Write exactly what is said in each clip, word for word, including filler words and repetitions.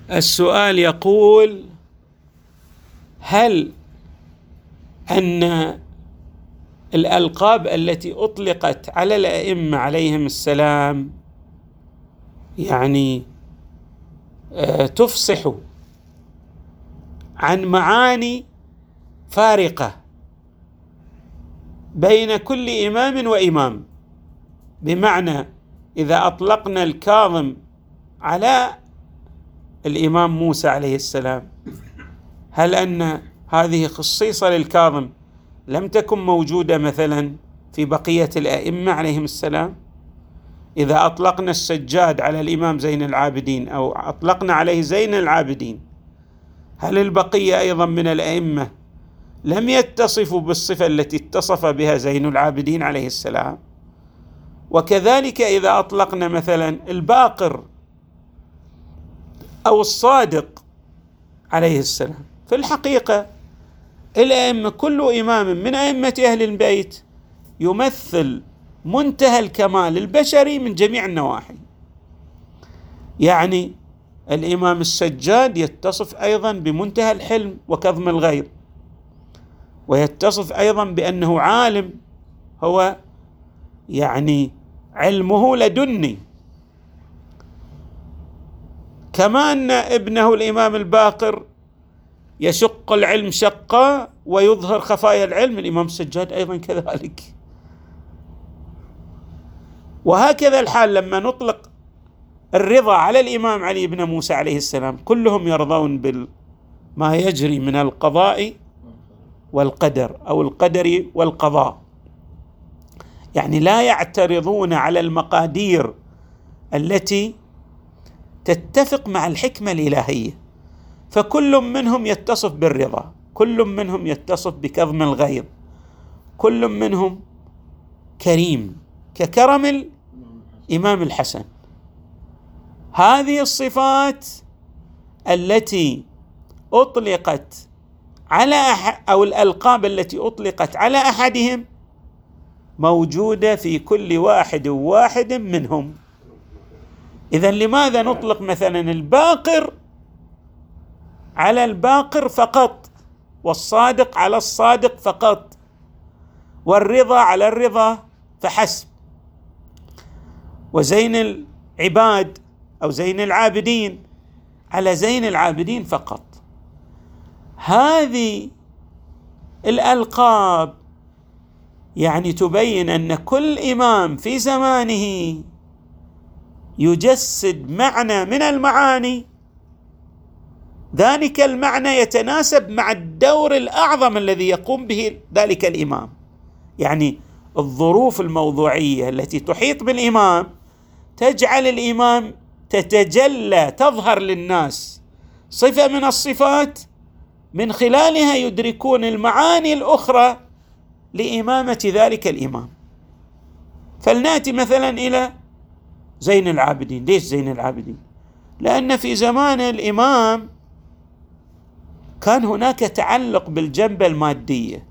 السؤال يقول: هل أن الألقاب التي أطلقت على الأئمة عليهم السلام يعني تفصح عن معاني فارقة بين كل إمام وإمام؟ بمعنى إذا أطلقنا الكاظم على الإمام موسى عليه السلام، هل أن هذه خصيصة للكاظم لم تكن موجودة مثلا في بقية الأئمة عليهم السلام؟ إذا أطلقنا السجاد على الإمام زين العابدين أو أطلقنا عليه زين العابدين، هل البقية أيضا من الأئمة لم يتصفوا بالصفة التي اتصف بها زين العابدين عليه السلام؟ وكذلك إذا أطلقنا مثلا الباقر أو الصادق عليه السلام، في الحقيقة الأئمة كل إمام من أئمة أهل البيت يمثل منتهى الكمال البشري من جميع النواحي. يعني الإمام السجاد يتصف أيضا بمنتهى الحلم وكظم الغيظ، ويتصف أيضا بأنه عالم، هو يعني علمه لدني. كما أن ابنه الإمام الباقر يشق العلم شقا ويظهر خفايا العلم، الإمام السجاد أيضا كذلك. وهكذا الحال لما نطلق الرضا على الإمام علي بن موسى عليه السلام، كلهم يرضون بما يجري من القضاء والقدر أو القدر والقضاء، يعني لا يعترضون على المقادير التي تتفق مع الحكمة الإلهية. فكل منهم يتصف بالرضا، كل منهم يتصف بكظم الغيظ، كل منهم كريم ككرم الإمام الحسن. هذه الصفات التي أطلقت على أح- أو الألقاب التي أطلقت على أحدهم موجودة في كل واحد واحد منهم. إذن لماذا نطلق مثلا الباقر على الباقر فقط، والصادق على الصادق فقط، والرضا على الرضا فحسب، وزين العباد أو زين العابدين على زين العابدين فقط؟ هذه الألقاب يعني تبين أن كل إمام في زمانه يجسد معنى من المعاني، ذلك المعنى يتناسب مع الدور الأعظم الذي يقوم به ذلك الإمام. يعني الظروف الموضوعية التي تحيط بالإمام تجعل الإمام تتجلى تظهر للناس صفة من الصفات من خلالها يدركون المعاني الأخرى لإمامة ذلك الإمام. فلنأتي مثلا إلى زين العابدين. ليش زين العابدين؟ لأن في زمان الإمام كان هناك تعلق بالجنبة المادية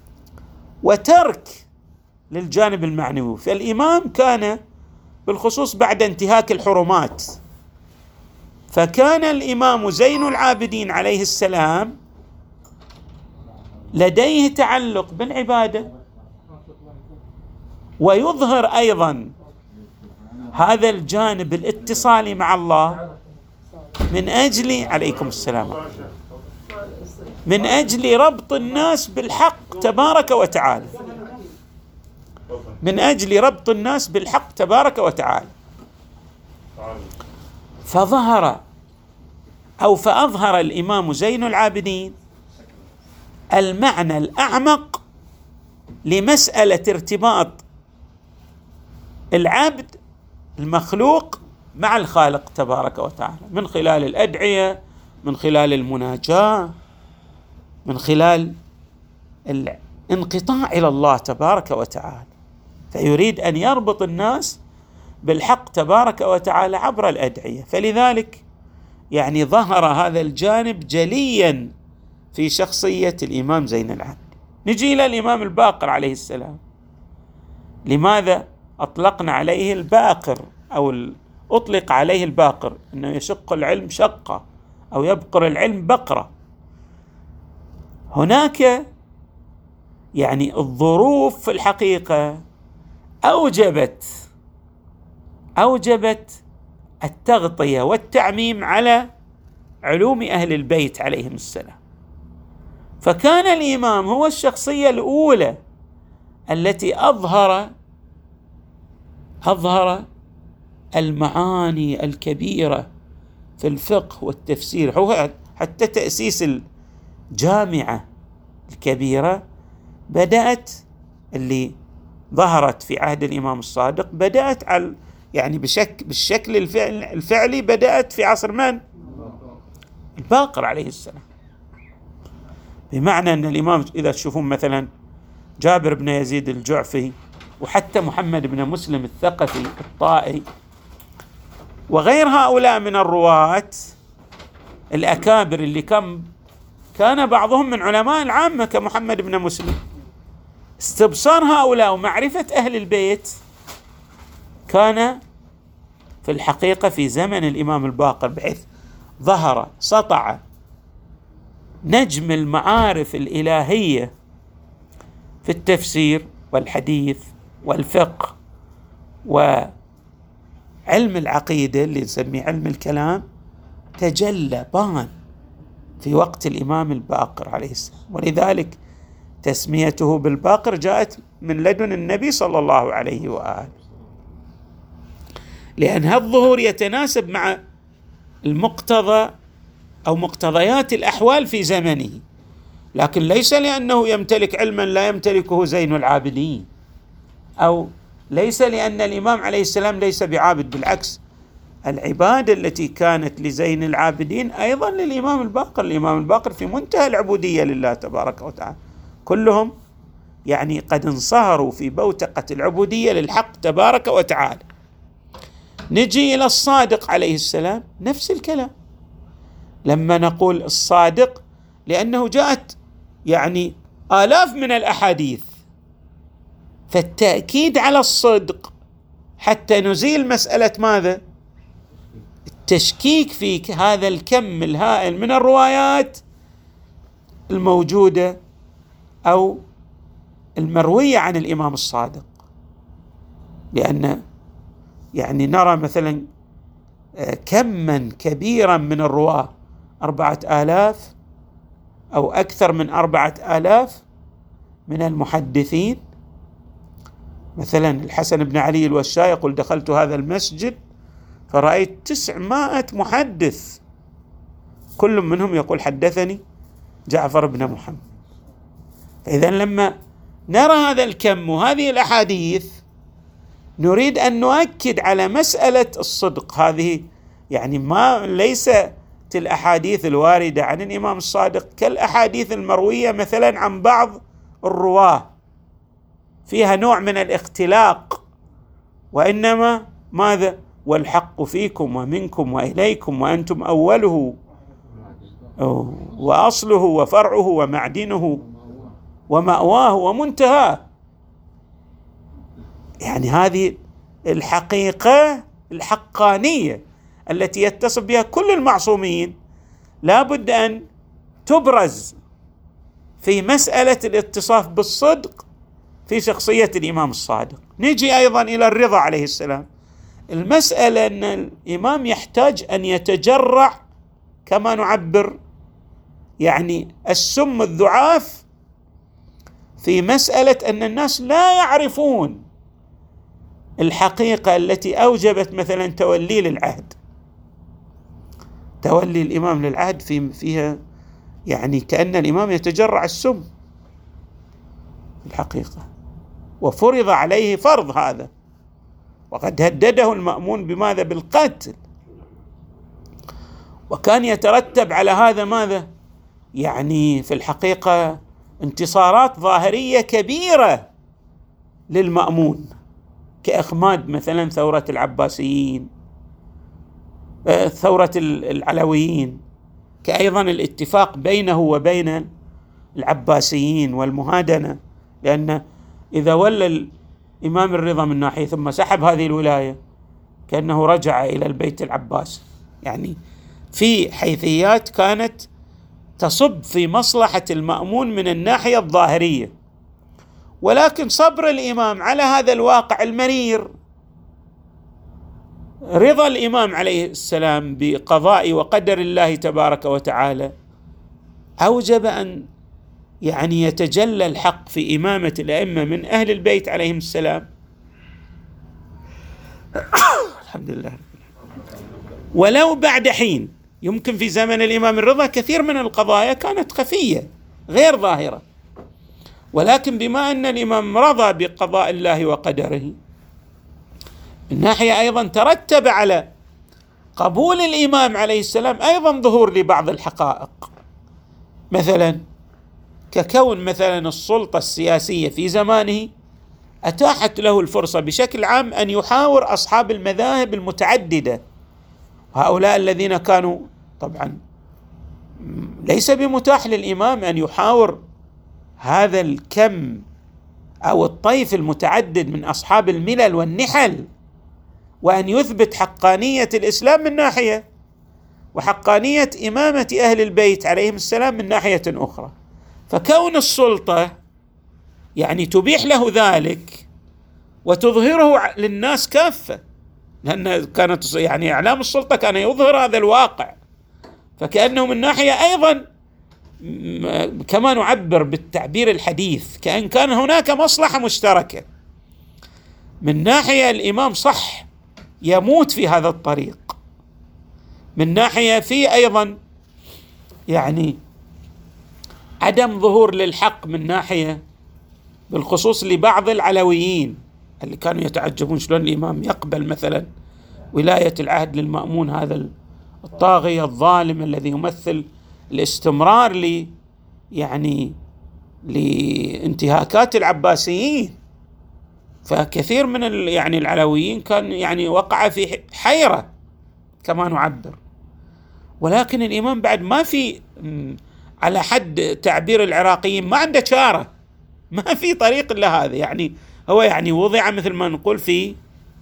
وترك للجانب المعنوي. فالإمام كان بالخصوص بعد انتهاك الحرمات، فكان الإمام زين العابدين عليه السلام لديه تعلق بالعبادة، ويظهر أيضا هذا الجانب الاتصالي مع الله من أجل عليكم السلام من أجل ربط الناس بالحق تبارك وتعالى من أجل ربط الناس بالحق تبارك وتعالى فظهر أو فأظهر الإمام زين العابدين المعنى الأعمق لمسألة ارتباط العبد المخلوق مع الخالق تبارك وتعالى، من خلال الأدعية، من خلال المناجاة، من خلال الانقطاع إلى الله تبارك وتعالى. فيريد أن يربط الناس بالحق تبارك وتعالى عبر الأدعية. فلذلك يعني ظهر هذا الجانب جليا في شخصية الإمام زين العابدين. نجي إلى الإمام الباقر عليه السلام. لماذا أطلقنا عليه الباقر أو أطلق عليه الباقر؟ أنه يشق العلم شقة أو يبقر العلم بقرة. هناك يعني الظروف في الحقيقة أوجبت أوجبت التغطية والتعميم على علوم أهل البيت عليهم السلام، فكان الإمام هو الشخصية الأولى التي أظهر أظهر المعاني الكبيرة في الفقه والتفسير. هو حتى تأسيس الجامعة الكبيرة بدأت اللي ظهرت في عهد الإمام الصادق، بدأت على يعني بشكل بالشكل الفعل الفعلي بدأت في عصر من؟ الباقر عليه السلام. بمعنى أن الإمام إذا تشوفون مثلا جابر بن يزيد الجعفي وحتى محمد بن مسلم الثقفي الطائي وغير هؤلاء من الرواة الأكابر اللي كان كان بعضهم من علماء العامة كمحمد بن مسلم، استبصار هؤلاء ومعرفة أهل البيت كان في الحقيقة في زمن الإمام الباقر، بحيث ظهر سطع نجم المعارف الإلهية في التفسير والحديث والفقه وعلم العقيدة اللي نسميه علم الكلام، تجلى بان في وقت الإمام الباقر عليه السلام. ولذلك تسميته بالباقر جاءت من لدن النبي صلى الله عليه وآله، لأن هذا الظهور يتناسب مع المقتضى أو مقتضيات الأحوال في زمنه، لكن ليس لأنه يمتلك علما لا يمتلكه زين العابدين، أو ليس لأن الإمام عليه السلام ليس بعابد، بالعكس العبادة التي كانت لزين العابدين أيضا للإمام الباقر. الإمام الباقر في منتهى العبودية لله تبارك وتعالى، كلهم يعني قد انصهروا في بوتقة العبودية للحق تبارك وتعالى. نجي إلى الصادق عليه السلام نفس الكلام، لما نقول الصادق لأنه جاءت يعني آلاف من الأحاديث، فالتأكيد على الصدق حتى نزيل مسألة ماذا؟ التشكيك في هذا الكم الهائل من الروايات الموجودة أو المروية عن الإمام الصادق. لأن يعني نرى مثلا كما كبيرا من الرواة، أربعة آلاف أو أكثر من أربعة آلاف من المحدثين. مثلا الحسن بن علي الوشاي يقول دخلت هذا المسجد فرأيت تسعمائة محدث، كل منهم يقول حدثني جعفر بن محمد. فإذا لما نرى هذا الكم وهذه الأحاديث نريد أن نؤكد على مسألة الصدق هذه. يعني ما ليست الأحاديث الواردة عن الإمام الصادق كالأحاديث المروية مثلا عن بعض الرواة فيها نوع من الاختلاق، وإنما ماذا؟ والحق فيكم ومنكم وإليكم وأنتم أوله وأصله وفرعه ومعدنه ومأواه ومنتهاه. يعني هذه الحقيقة الحقانية التي يتصف بها كل المعصومين لا بد أن تبرز في مسألة الاتصاف بالصدق في شخصية الإمام الصادق. نجي أيضا إلى الرضا عليه السلام. المسألة أن الإمام يحتاج أن يتجرع كما نعبر يعني السم الذعاف في مسألة أن الناس لا يعرفون الحقيقة التي أوجبت مثلا تولي للعهد، تولي الإمام للعهد في فيها يعني كأن الإمام يتجرع السم الحقيقة، وفرض عليه فرض هذا، وقد هدده المأمون بماذا؟ بالقتل، وكان يترتب على هذا ماذا؟ يعني في الحقيقة انتصارات ظاهرية كبيرة للمأمون، كإخماد مثلا ثورة العباسيين، ثورة العلويين، كأيضا الاتفاق بينه وبين العباسيين والمهادنة، لأن إذا ولى الإمام الرضا من ناحية ثم سحب هذه الولاية كأنه رجع إلى البيت العباسي. يعني في حيثيات كانت تصب في مصلحة المأمون من الناحية الظاهرية، ولكن صبر الإمام على هذا الواقع المرير، رضا الإمام عليه السلام بقضاء وقدر الله تبارك وتعالى، أوجب أن يعني يتجلى الحق في إمامة الأئمة من أهل البيت عليهم السلام. الحمد لله. ولو بعد حين، يمكن في زمن الإمام الرضا كثير من القضايا كانت خفية غير ظاهرة، ولكن بما أن الإمام رضى بقضاء الله وقدره، من ناحية أيضا ترتب على قبول الإمام عليه السلام أيضا ظهور لبعض الحقائق، مثلا ككون مثلا السلطة السياسية في زمانه أتاحت له الفرصة بشكل عام أن يحاور أصحاب المذاهب المتعددة، هؤلاء الذين كانوا طبعا ليس بمتاح للإمام أن يحاور هذا الكم أو الطيف المتعدد من أصحاب الملل والنحل، وأن يثبت حقانية الإسلام من ناحية، وحقانية إمامة أهل البيت عليهم السلام من ناحية أخرى. فكون السلطة يعني تبيح له ذلك وتظهره للناس كافة، لأن كانت يعني إعلام السلطة كان يظهر هذا الواقع، فكأنه من ناحية أيضا كما نعبر بالتعبير الحديث كأن كان هناك مصلحة مشتركة. من ناحية الإمام صح يموت في هذا الطريق، من ناحية في أيضا يعني عدم ظهور للحق من ناحية، بالخصوص لبعض العلويين اللي كانوا يتعجبون شلون الإمام يقبل مثلا ولاية العهد للمأمون، هذا الطاغية الظالم الذي يمثل الاستمرار ل يعني لانتهاكات العباسيين. فكثير من يعني العلويين كان يعني وقع في حيرة كما نعبر، ولكن الإمام بعد ما في على حد تعبير العراقيين ما عنده شارة، ما في طريق إلا هذا، يعني هو يعني وضع مثل ما نقول في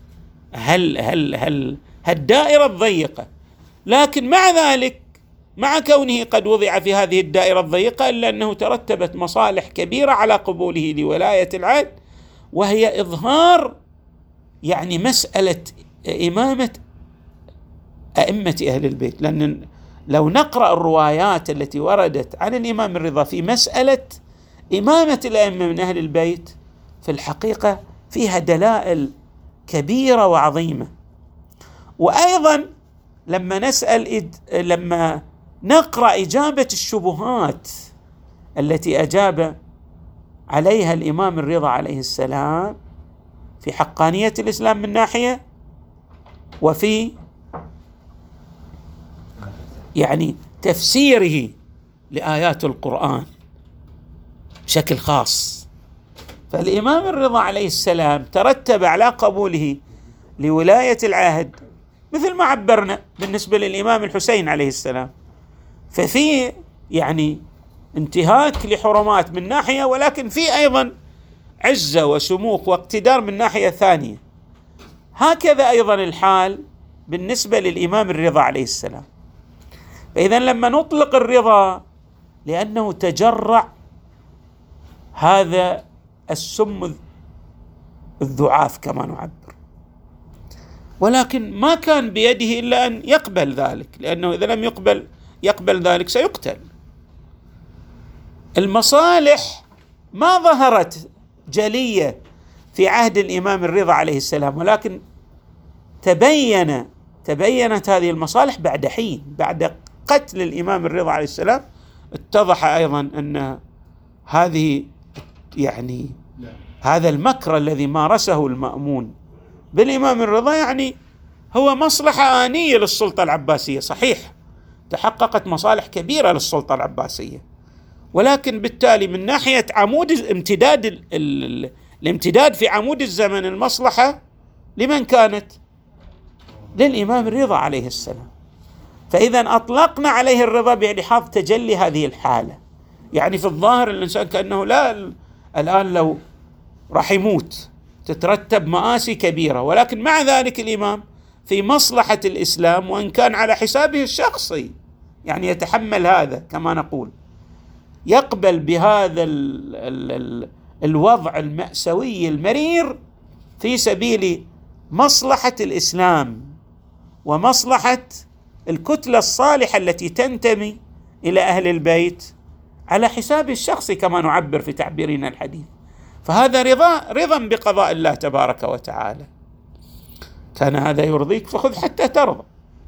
هل هل هل هالدائرة الضيقة، لكن مع ذلك مع كونه قد وضع في هذه الدائرة الضيقة إلا أنه ترتبت مصالح كبيرة على قبوله لولاية العهد، وهي إظهار يعني مسألة إمامة أئمة أهل البيت. لأن لو نقرأ الروايات التي وردت عن الإمام الرضا في مسألة إمامة الأئمة من أهل البيت، في الحقيقة فيها دلائل كبيرة وعظيمة. وأيضا لما نسأل لما نقرأ إجابة الشبهات التي أجاب عليها الإمام الرضا عليه السلام في حقانية الإسلام من ناحية، وفي يعني تفسيره لآيات القرآن بشكل خاص، فالإمام الرضا عليه السلام ترتب على قبوله لولاية العهد مثل ما عبرنا بالنسبة للإمام الحسين عليه السلام، ففي يعني انتهاك لحرمات من ناحية، ولكن في أيضا عزة وسموق واقتدار من ناحية ثانية. هكذا أيضا الحال بالنسبة للإمام الرضا عليه السلام. فإذا لما نطلق الرضا لأنه تجرع هذا السم الذعاف كما نعبر، ولكن ما كان بيده إلا أن يقبل ذلك، لأنه إذا لم يقبل يقبل ذلك سيقتل. المصالح ما ظهرت جلية في عهد الإمام الرضا عليه السلام، ولكن تبين تبينت هذه المصالح بعد حين، بعد قتل الإمام الرضا عليه السلام اتضح أيضا أن هذه يعني هذا المكر الذي مارسه المأمون بالإمام الرضا يعني هو مصلحة آنية للسلطة العباسية. صحيح تحققت مصالح كبيرة للسلطة العباسية، ولكن بالتالي من ناحية عمود امتداد ال ال الامتداد في عمود الزمن المصلحة لمن كانت؟ للإمام الرضا عليه السلام. فإذا أطلقنا عليه الرضا بلحاظ تجلي هذه الحالة، يعني في الظاهر الإنسان كأنه لا الآن لو راح يموت تترتب مآسي كبيرة، ولكن مع ذلك الإمام في مصلحة الإسلام وإن كان على حسابه الشخصي، يعني يتحمل هذا كما نقول، يقبل بهذا ال ال ال الوضع المأساوي المرير في سبيل مصلحة الإسلام ومصلحة الكتلة الصالحة التي تنتمي إلى أهل البيت على حساب الشخص كما نعبر في تعبيرنا الحديث. فهذا رضا رضا بقضاء الله تبارك وتعالى. كان هذا يرضيك فخذ حتى ترضى.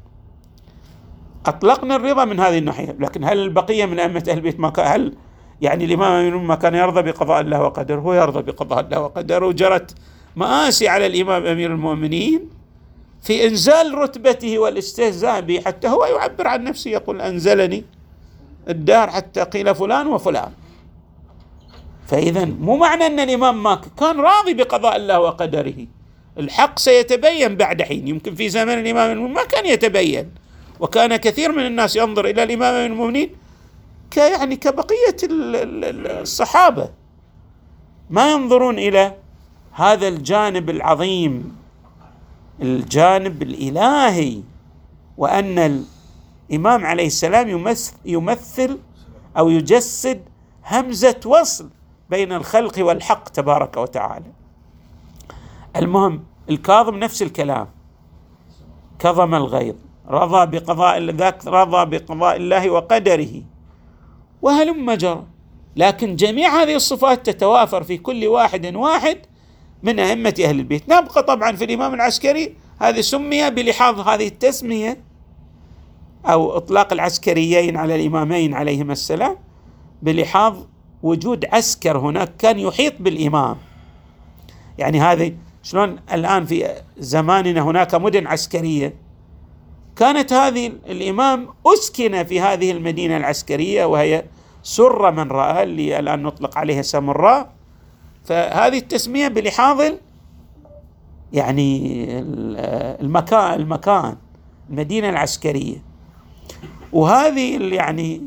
أطلقنا الرضا من هذه الناحية، لكن هل البقية من أئمة أهل البيت ما كان، هل يعني الإمام ما كان يرضى بقضاء الله وقدره؟ هو يرضى بقضاء الله وقدره، وجرت مآسي على الإمام أمير المؤمنين في إنزال رتبته والاستهزاء به، حتى هو يعبر عن نفسه يقول أنزلني الدار حتى قيل فلان وفلان. فإذا مو معنى أن الإمام ما كان راضي بقضاء الله وقدره، الحق سيتبين بعد حين، يمكن في زمن الإمام ما كان يتبين، وكان كثير من الناس ينظر إلى الإمام المؤمنين يعني كبقية الصحابة، ما ينظرون إلى هذا الجانب العظيم، الجانب الإلهي، وأن الإمام عليه السلام يمثل, يمثل أو يجسد همزة وصل بين الخلق والحق تبارك وتعالى. المهم الكاظم نفس الكلام، كظم الغيظ، رضى بقضاء ذاك رضى بقضاء الله وقدره، وهلم جرى. لكن جميع هذه الصفات تتوافر في كل واحد واحد من أئمة أهل البيت. نبقى طبعا في الإمام العسكري، هذه سمي بلحاظ هذه التسمية أو إطلاق العسكريين على الإمامين عليهما السلام بلحاظ وجود عسكر هناك كان يحيط بالإمام. يعني هذه شلون الآن في زماننا هناك مدن عسكرية، كانت هذه الإمام أسكن في هذه المدينة العسكرية وهي سر من رأى، اللي الآن نطلق عليها سامراء. فهذه التسمية بلحاظ يعني المكان المكان المدينة العسكرية. وهذه يعني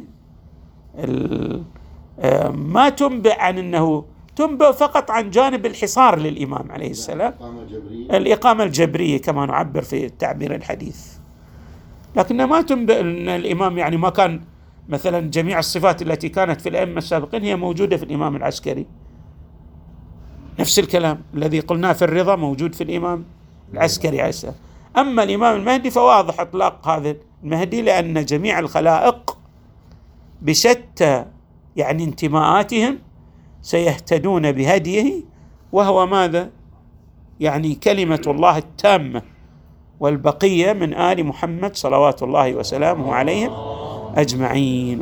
ما تنبئ عن أنه تنبئ فقط عن جانب الحصار للإمام عليه السلام، الإقامة الجبرية كما نعبر في التعبير الحديث، لكن ما تنبئ أن الإمام يعني ما كان مثلا جميع الصفات التي كانت في الأئمة السابقين هي موجودة في الإمام العسكري. نفس الكلام الذي قلناه في الرضا موجود في الإمام العسكري عليه السلام. أما الإمام المهدي فواضح إطلاق هذا المهدي، لأن جميع الخلائق بشتى يعني انتماءاتهم سيهتدون بهديه، وهو ماذا؟ يعني كلمة الله التامة والبقية من آل محمد صلوات الله وسلامه عليهم أجمعين.